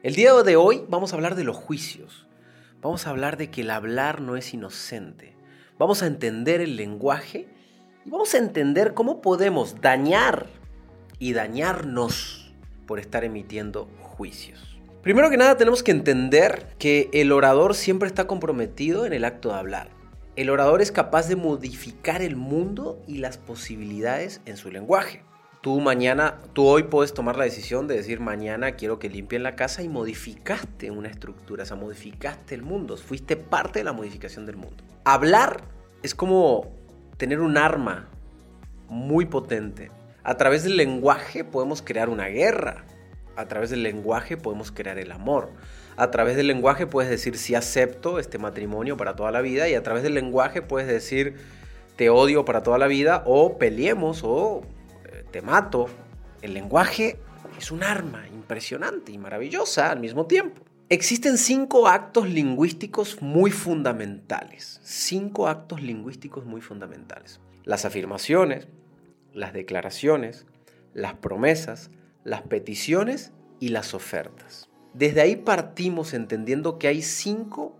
El día de hoy vamos a hablar de los juicios. Vamos a hablar de que el hablar no es inocente. Vamos a entender el lenguaje y vamos a entender cómo podemos dañar y dañarnos por estar emitiendo juicios. Primero que nada tenemos que entender que el orador siempre está comprometido en el acto de hablar. El orador es capaz de modificar el mundo y las posibilidades en su lenguaje. Tú hoy puedes tomar la decisión de decir mañana quiero que limpien la casa y modificaste una estructura, o sea, modificaste el mundo, fuiste parte de la modificación del mundo. Hablar es como tener un arma muy potente. A través del lenguaje podemos crear una guerra, a través del lenguaje podemos crear el amor, a través del lenguaje puedes decir sí acepto este matrimonio para toda la vida y a través del lenguaje puedes decir te odio para toda la vida o peleemos o te mato. El lenguaje es un arma impresionante y maravillosa al mismo tiempo. Existen 5 actos lingüísticos muy fundamentales. 5 actos lingüísticos muy fundamentales. Las afirmaciones, las declaraciones, las promesas, las peticiones y las ofertas. Desde ahí partimos entendiendo que hay 5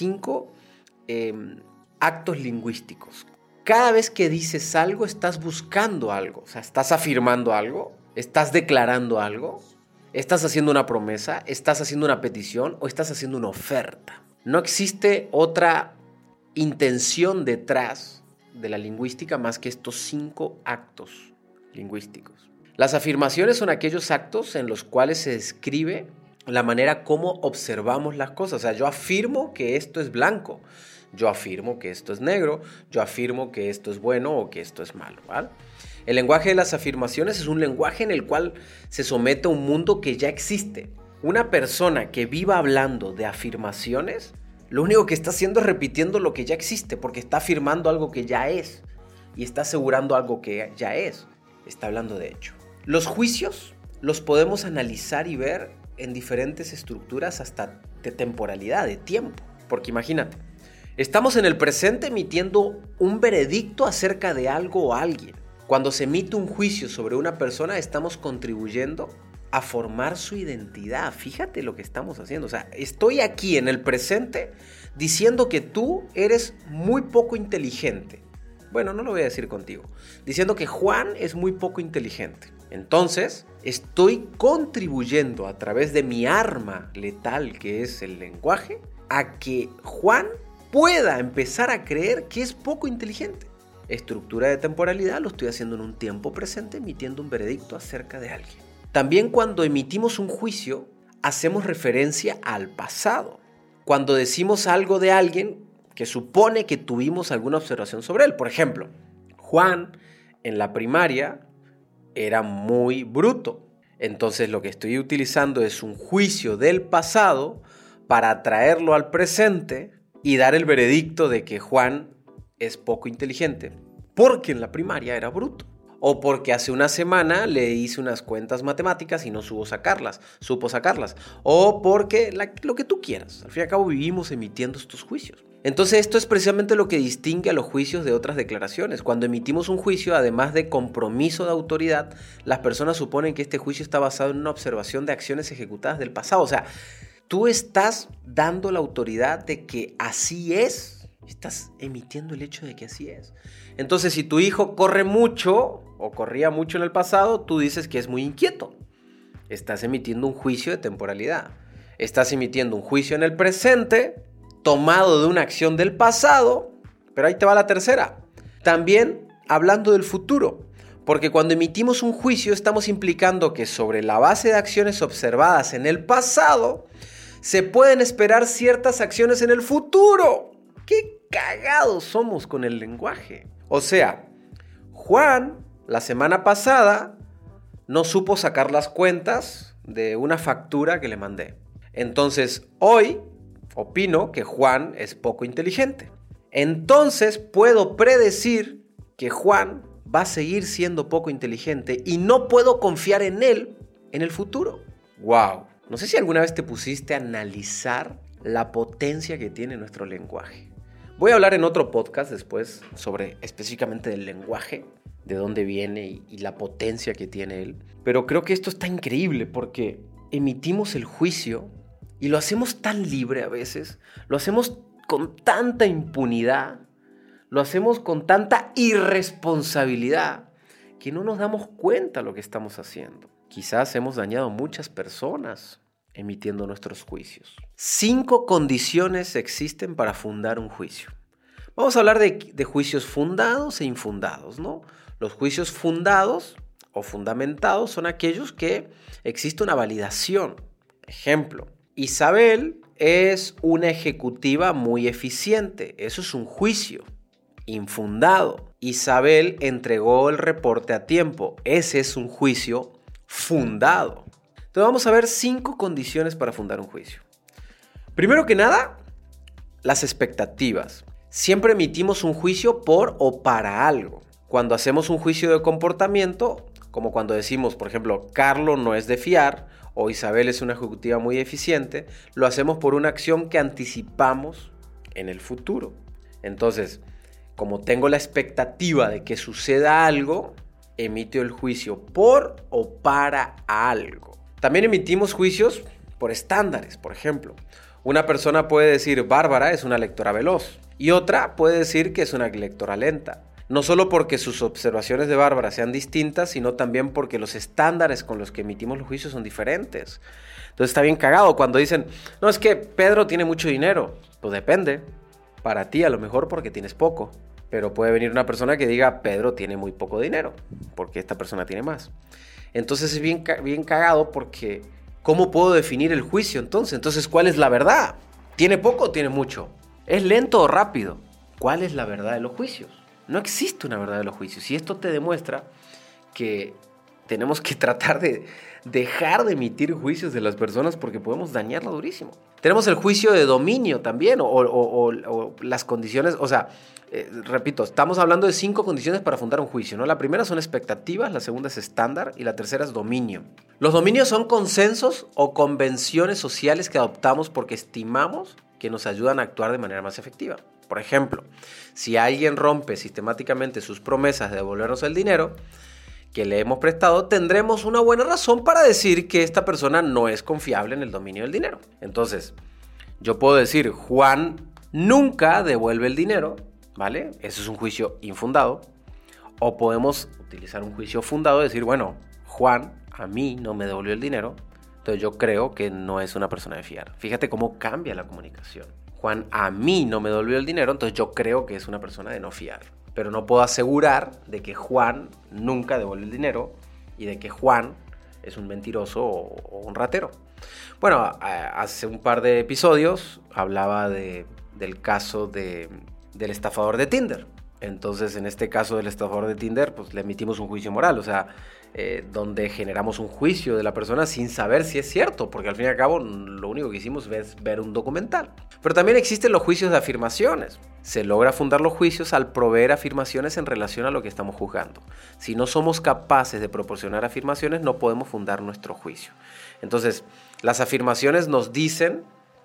actos lingüísticos. Cada vez que dices algo, estás buscando algo. O sea, estás afirmando algo, estás declarando algo, estás haciendo una promesa, estás haciendo una petición o estás haciendo una oferta. No existe otra intención detrás de la lingüística más que estos 5 actos lingüísticos. Las afirmaciones son aquellos actos en los cuales se describe la manera como observamos las cosas. O sea, yo afirmo que esto es blanco. Yo afirmo que esto es negro, yo afirmo que esto es bueno o que esto es malo, ¿vale? El lenguaje de las afirmaciones es un lenguaje en el cual se somete a un mundo que ya existe. Una persona que viva hablando de afirmaciones, lo único que está haciendo es repitiendo lo que ya existe, porque está afirmando algo que ya es y está asegurando algo que ya es. Está hablando de hecho. Los juicios los podemos analizar y ver en diferentes estructuras hasta de temporalidad, de tiempo, porque imagínate. Estamos en el presente emitiendo un veredicto acerca de algo o alguien. Cuando se emite un juicio sobre una persona, estamos contribuyendo a formar su identidad. Fíjate lo que estamos haciendo. O sea, estoy aquí en el presente diciendo que tú eres muy poco inteligente. Bueno, no lo voy a decir contigo. Diciendo que Juan es muy poco inteligente. Entonces, estoy contribuyendo a través de mi arma letal, que es el lenguaje, a que Juan pueda empezar a creer que es poco inteligente. Estructura de temporalidad, lo estoy haciendo en un tiempo presente, emitiendo un veredicto acerca de alguien. También cuando emitimos un juicio, hacemos referencia al pasado. Cuando decimos algo de alguien que supone que tuvimos alguna observación sobre él. Por ejemplo, Juan en la primaria era muy bruto. Entonces lo que estoy utilizando es un juicio del pasado para traerlo al presente y dar el veredicto de que Juan es poco inteligente, porque en la primaria era bruto, o porque hace una semana le hice unas cuentas matemáticas y no supo sacarlas, o porque lo que tú quieras. Al fin y al cabo vivimos emitiendo estos juicios. Entonces esto es precisamente lo que distingue a los juicios de otras declaraciones. Cuando emitimos un juicio, además de compromiso de autoridad, las personas suponen que este juicio está basado en una observación de acciones ejecutadas del pasado. O sea, tú estás dando la autoridad de que así es. Estás emitiendo el hecho de que así es. Entonces, si tu hijo corre mucho o corría mucho en el pasado, tú dices que es muy inquieto. Estás emitiendo un juicio de temporalidad. Estás emitiendo un juicio en el presente, tomado de una acción del pasado, pero ahí te va la tercera. También hablando del futuro. Porque cuando emitimos un juicio, estamos implicando que sobre la base de acciones observadas en el pasado, se pueden esperar ciertas acciones en el futuro. ¡Qué cagados somos con el lenguaje! O sea, Juan, la semana pasada, no supo sacar las cuentas de una factura que le mandé. Entonces, hoy opino que Juan es poco inteligente. Entonces, puedo predecir que Juan va a seguir siendo poco inteligente y no puedo confiar en él en el futuro. ¡Wow! No sé si alguna vez te pusiste a analizar la potencia que tiene nuestro lenguaje. Voy a hablar en otro podcast después sobre específicamente del lenguaje, de dónde viene y la potencia que tiene él. Pero creo que esto está increíble porque emitimos el juicio y lo hacemos tan libre a veces, lo hacemos con tanta impunidad, lo hacemos con tanta irresponsabilidad que no nos damos cuenta de lo que estamos haciendo. Quizás hemos dañado a muchas personas emitiendo nuestros juicios. 5 condiciones existen para fundar un juicio. Vamos a hablar de juicios fundados e infundados, ¿no? Los juicios fundados o fundamentados son aquellos que existe una validación. Ejemplo, Isabel es una ejecutiva muy eficiente. Eso es un juicio infundado. Isabel entregó el reporte a tiempo. Ese es un juicio fundado. Entonces vamos a ver 5 condiciones para fundar un juicio. Primero que nada, las expectativas. Siempre emitimos un juicio por o para algo. Cuando hacemos un juicio de comportamiento, como cuando decimos, por ejemplo, Carlos no es de fiar o Isabel es una ejecutiva muy eficiente, lo hacemos por una acción que anticipamos en el futuro. Entonces, como tengo la expectativa de que suceda algo, emito el juicio por o para algo. También emitimos juicios por estándares. Por ejemplo, una persona puede decir Bárbara es una lectora veloz y otra puede decir que es una lectora lenta. No solo porque sus observaciones de Bárbara sean distintas, sino también porque los estándares con los que emitimos los juicios son diferentes. Entonces está bien cagado cuando dicen, no, es que Pedro tiene mucho dinero. Pues depende. Para ti a lo mejor porque tienes poco. Pero puede venir una persona que diga, Pedro tiene muy poco dinero, porque esta persona tiene más. Entonces es bien cagado porque, ¿cómo puedo definir el juicio entonces? Entonces, ¿cuál es la verdad? ¿Tiene poco o tiene mucho? ¿Es lento o rápido? ¿Cuál es la verdad de los juicios? No existe una verdad de los juicios. Y esto te demuestra que tenemos que tratar de dejar de emitir juicios de las personas porque podemos dañarla durísimo. Tenemos el juicio de dominio también, o las condiciones, repito, estamos hablando de 5 condiciones para fundar un juicio, ¿no? La primera son expectativas, la segunda es estándar y la tercera es dominio. Los dominios son consensos o convenciones sociales que adoptamos porque estimamos que nos ayudan a actuar de manera más efectiva. Por ejemplo, si alguien rompe sistemáticamente sus promesas de devolvernos el dinero que le hemos prestado, tendremos una buena razón para decir que esta persona no es confiable en el dominio del dinero. Entonces, yo puedo decir, Juan nunca devuelve el dinero, ¿vale? Eso es un juicio infundado. O podemos utilizar un juicio fundado y decir, bueno, Juan a mí no me devolvió el dinero, entonces yo creo que no es una persona de fiar. Fíjate cómo cambia la comunicación. Juan a mí no me devolvió el dinero, entonces yo creo que es una persona de no fiar. Pero no puedo asegurar de que Juan nunca devuelve el dinero y de que Juan es un mentiroso o un ratero. Bueno, hace un par de episodios hablaba del caso del estafador de Tinder. Entonces, en este caso del estafador de Tinder, pues le emitimos un juicio moral, donde generamos un juicio de la persona sin saber si es cierto, porque al fin y al cabo lo único que hicimos es ver un documental. Pero también existen los juicios de afirmaciones. Se logra fundar los juicios al proveer afirmaciones en relación a lo que estamos juzgando. Si no somos capaces de proporcionar afirmaciones, no podemos fundar nuestro juicio. Entonces, las afirmaciones nos dicen,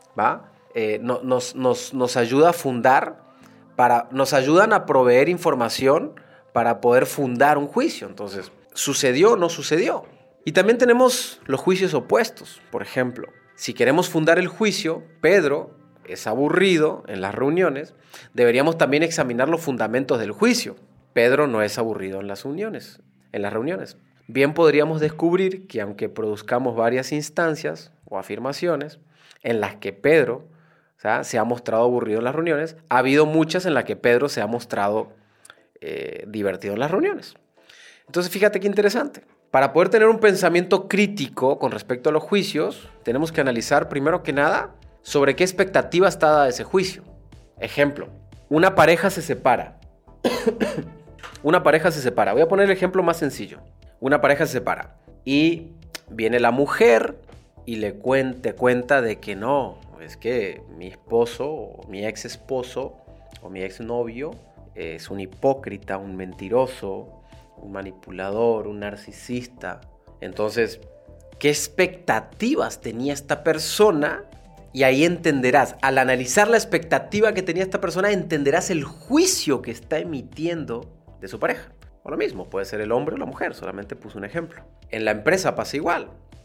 nos ayuda a fundar, nos ayudan a proveer información para poder fundar un juicio. Entonces, ¿sucedió o no sucedió? Y también tenemos los juicios opuestos. Por ejemplo, si queremos fundar el juicio, Pedro es aburrido en las reuniones, deberíamos también examinar los fundamentos del juicio. Pedro no es aburrido en las reuniones. Bien podríamos descubrir que aunque produzcamos varias instancias o afirmaciones en las que Pedro se ha mostrado aburrido en las reuniones, ha habido muchas en las que Pedro se ha mostrado divertido en las reuniones. Entonces, fíjate qué interesante. Para poder tener un pensamiento crítico con respecto a los juicios, tenemos que analizar primero que nada sobre qué expectativa está dada ese juicio. Ejemplo, una pareja se separa. Voy a poner el ejemplo más sencillo. Una pareja se separa y viene la mujer y te cuenta de que no, es que mi esposo o mi ex esposo o mi ex novio es un hipócrita, un mentiroso, un manipulador, un narcisista. Entonces, ¿qué expectativas tenía esta persona? Y ahí entenderás, al analizar la expectativa que tenía esta persona, entenderás el juicio que está emitiendo de su pareja. O lo mismo, puede ser el hombre o la mujer, solamente puse un ejemplo. En la empresa pasa igual.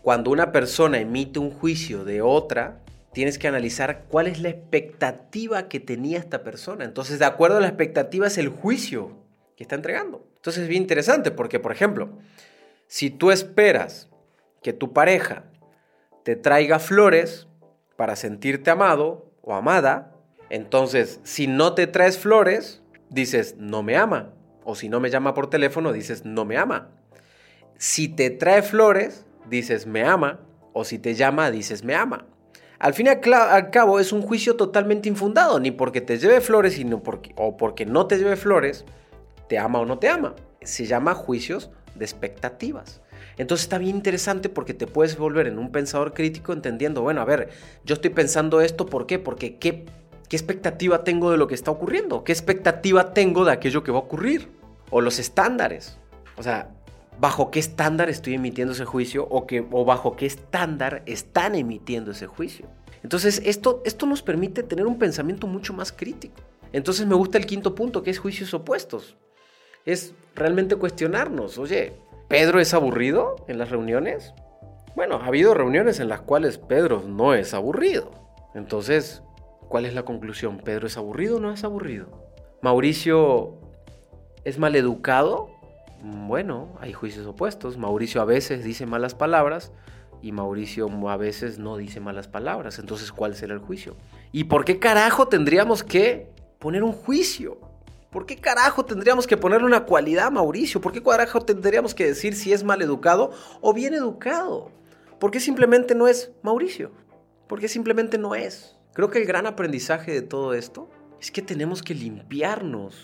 Cuando una persona emite un juicio de otra, tienes que analizar cuál es la expectativa que tenía esta persona. Entonces, de acuerdo a la expectativa es el juicio que está entregando. Entonces es bien interesante porque, por ejemplo, si tú esperas que tu pareja te traiga flores para sentirte amado o amada, entonces si no te traes flores, dices no me ama. O si no me llama por teléfono, dices no me ama. Si te trae flores, dices me ama. O si te llama, dices me ama. Al fin y al cabo es un juicio totalmente infundado. Ni porque te lleve flores o porque no te lleve flores, te ama o no te ama. Se llama juicios de expectativas. Entonces está bien interesante porque te puedes volver en un pensador crítico entendiendo, bueno, a ver, yo estoy pensando esto, ¿por qué? Porque ¿qué expectativa tengo de lo que está ocurriendo? ¿Qué expectativa tengo de aquello que va a ocurrir? O los estándares. O sea, ¿bajo qué estándar estoy emitiendo ese juicio? O bajo qué estándar están emitiendo ese juicio. Entonces esto nos permite tener un pensamiento mucho más crítico. Entonces me gusta el quinto punto, que es juicios opuestos. Es realmente cuestionarnos, oye, ¿Pedro es aburrido en las reuniones? Bueno, ha habido reuniones en las cuales Pedro no es aburrido. Entonces, ¿cuál es la conclusión? ¿Pedro es aburrido o no es aburrido? ¿Mauricio es maleducado? Bueno, hay juicios opuestos. Mauricio a veces dice malas palabras y Mauricio a veces no dice malas palabras. Entonces, ¿cuál será el juicio? ¿Y por qué carajo tendríamos que poner un juicio? ¿Por qué carajo tendríamos que ponerle una cualidad a Mauricio? ¿Por qué carajo tendríamos que decir si es mal educado o bien educado? ¿Por qué simplemente no es Mauricio? ¿Por qué simplemente no es? Creo que el gran aprendizaje de todo esto es que tenemos que limpiar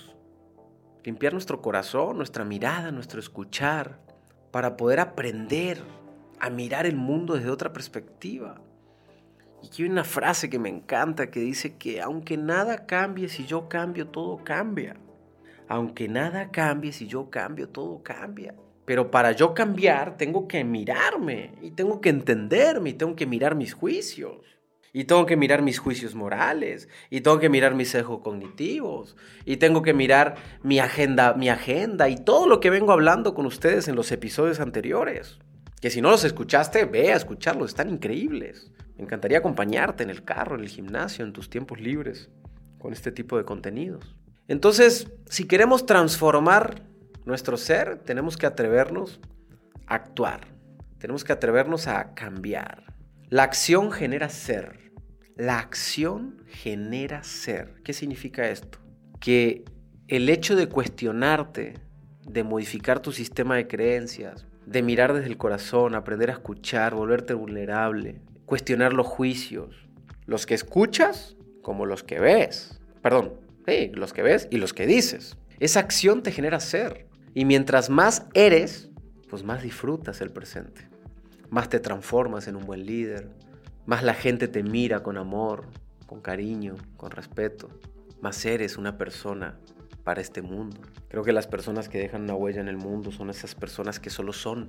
nuestro corazón, nuestra mirada, nuestro escuchar, para poder aprender a mirar el mundo desde otra perspectiva. Y aquí hay una frase que me encanta que dice que aunque nada cambie, si yo cambio, todo cambia. Aunque nada cambie, si yo cambio, todo cambia. Pero para yo cambiar, tengo que mirarme y tengo que entenderme y tengo que mirar mis juicios. Y tengo que mirar mis juicios morales y tengo que mirar mis sesgos cognitivos y tengo que mirar mi agenda y todo lo que vengo hablando con ustedes en los episodios anteriores. Que si no los escuchaste, ve a escucharlos, están increíbles. Me encantaría acompañarte en el carro, en el gimnasio, en tus tiempos libres, con este tipo de contenidos. Entonces, si queremos transformar nuestro ser, tenemos que atrevernos a actuar. Tenemos que atrevernos a cambiar. La acción genera ser. La acción genera ser. ¿Qué significa esto? Que el hecho de cuestionarte, de modificar tu sistema de creencias, de mirar desde el corazón, aprender a escuchar, volverte vulnerable, cuestionar los juicios, los que escuchas como los que ves. Los que ves y los que dices. Esa acción te genera ser. Y mientras más eres, pues más disfrutas el presente. Más te transformas en un buen líder. Más la gente te mira con amor, con cariño, con respeto. Más eres una persona para este mundo. Creo que las personas que dejan una huella en el mundo son esas personas que solo son.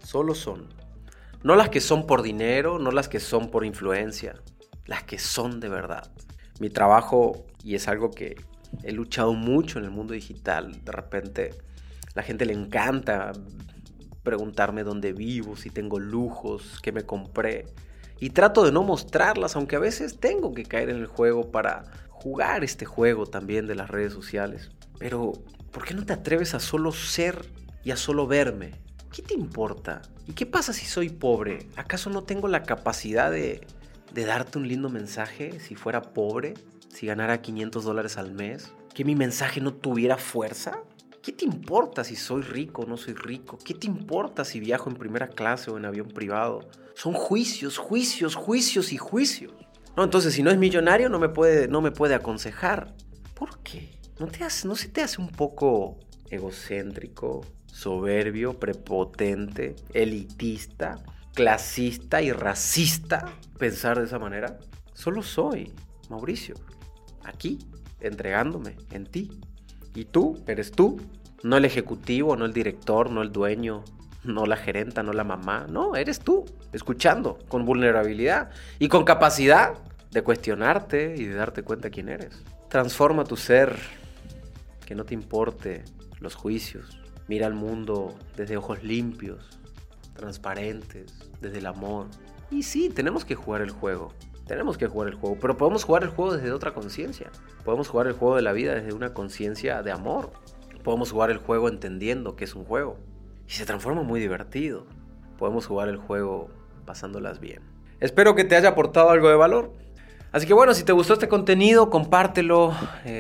No las que son por dinero, no las que son por influencia, las que son de verdad. Mi trabajo, y es algo que he luchado mucho en el mundo digital, de repente la gente le encanta preguntarme dónde vivo, si tengo lujos, qué me compré. Y trato de no mostrarlas, aunque a veces tengo que caer en el juego para jugar este juego también de las redes sociales. Pero, ¿por qué no te atreves a solo ser y a solo verme? ¿Qué te importa? ¿Y qué pasa si soy pobre? ¿Acaso no tengo la capacidad de darte un lindo mensaje si fuera pobre? Si ganara $500 al mes. ¿Que mi mensaje no tuviera fuerza? ¿Qué te importa si soy rico o no soy rico? ¿Qué te importa si viajo en primera clase o en avión privado? Son juicios y juicios. No, entonces si no es millonario no me puede aconsejar. ¿Por qué? ¿No se te hace un poco egocéntrico, soberbio, prepotente, elitista, clasista y racista pensar de esa manera? Solo soy Mauricio, aquí, entregándome en ti. Y tú, eres tú, no el ejecutivo, no el director, no el dueño, no la gerenta, no la mamá. No, eres tú, escuchando, con vulnerabilidad y con capacidad de cuestionarte y de darte cuenta quién eres. Transforma tu ser, que no te importe los juicios. Mira al mundo desde ojos limpios. transparentes, desde el amor. Y sí, tenemos que jugar el juego. Pero podemos jugar el juego desde otra conciencia. Podemos jugar el juego de la vida desde una conciencia de amor. Podemos jugar el juego entendiendo que es un juego. Y se transforma muy divertido. Podemos jugar el juego pasándolas bien. Espero que te haya aportado algo de valor. Así que bueno, si te gustó este contenido, compártelo.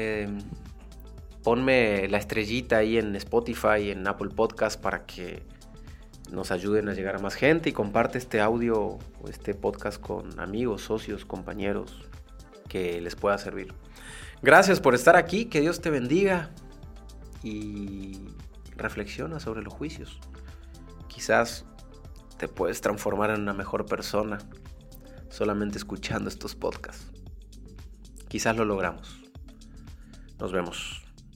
Ponme la estrellita ahí en Spotify, en Apple Podcast, para que nos ayuden a llegar a más gente, y comparte este audio o este podcast con amigos, socios, compañeros que les pueda servir. Gracias por estar aquí, que Dios te bendiga y reflexiona sobre los juicios. Quizás te puedes transformar en una mejor persona solamente escuchando estos podcasts. Quizás lo logramos. Nos vemos.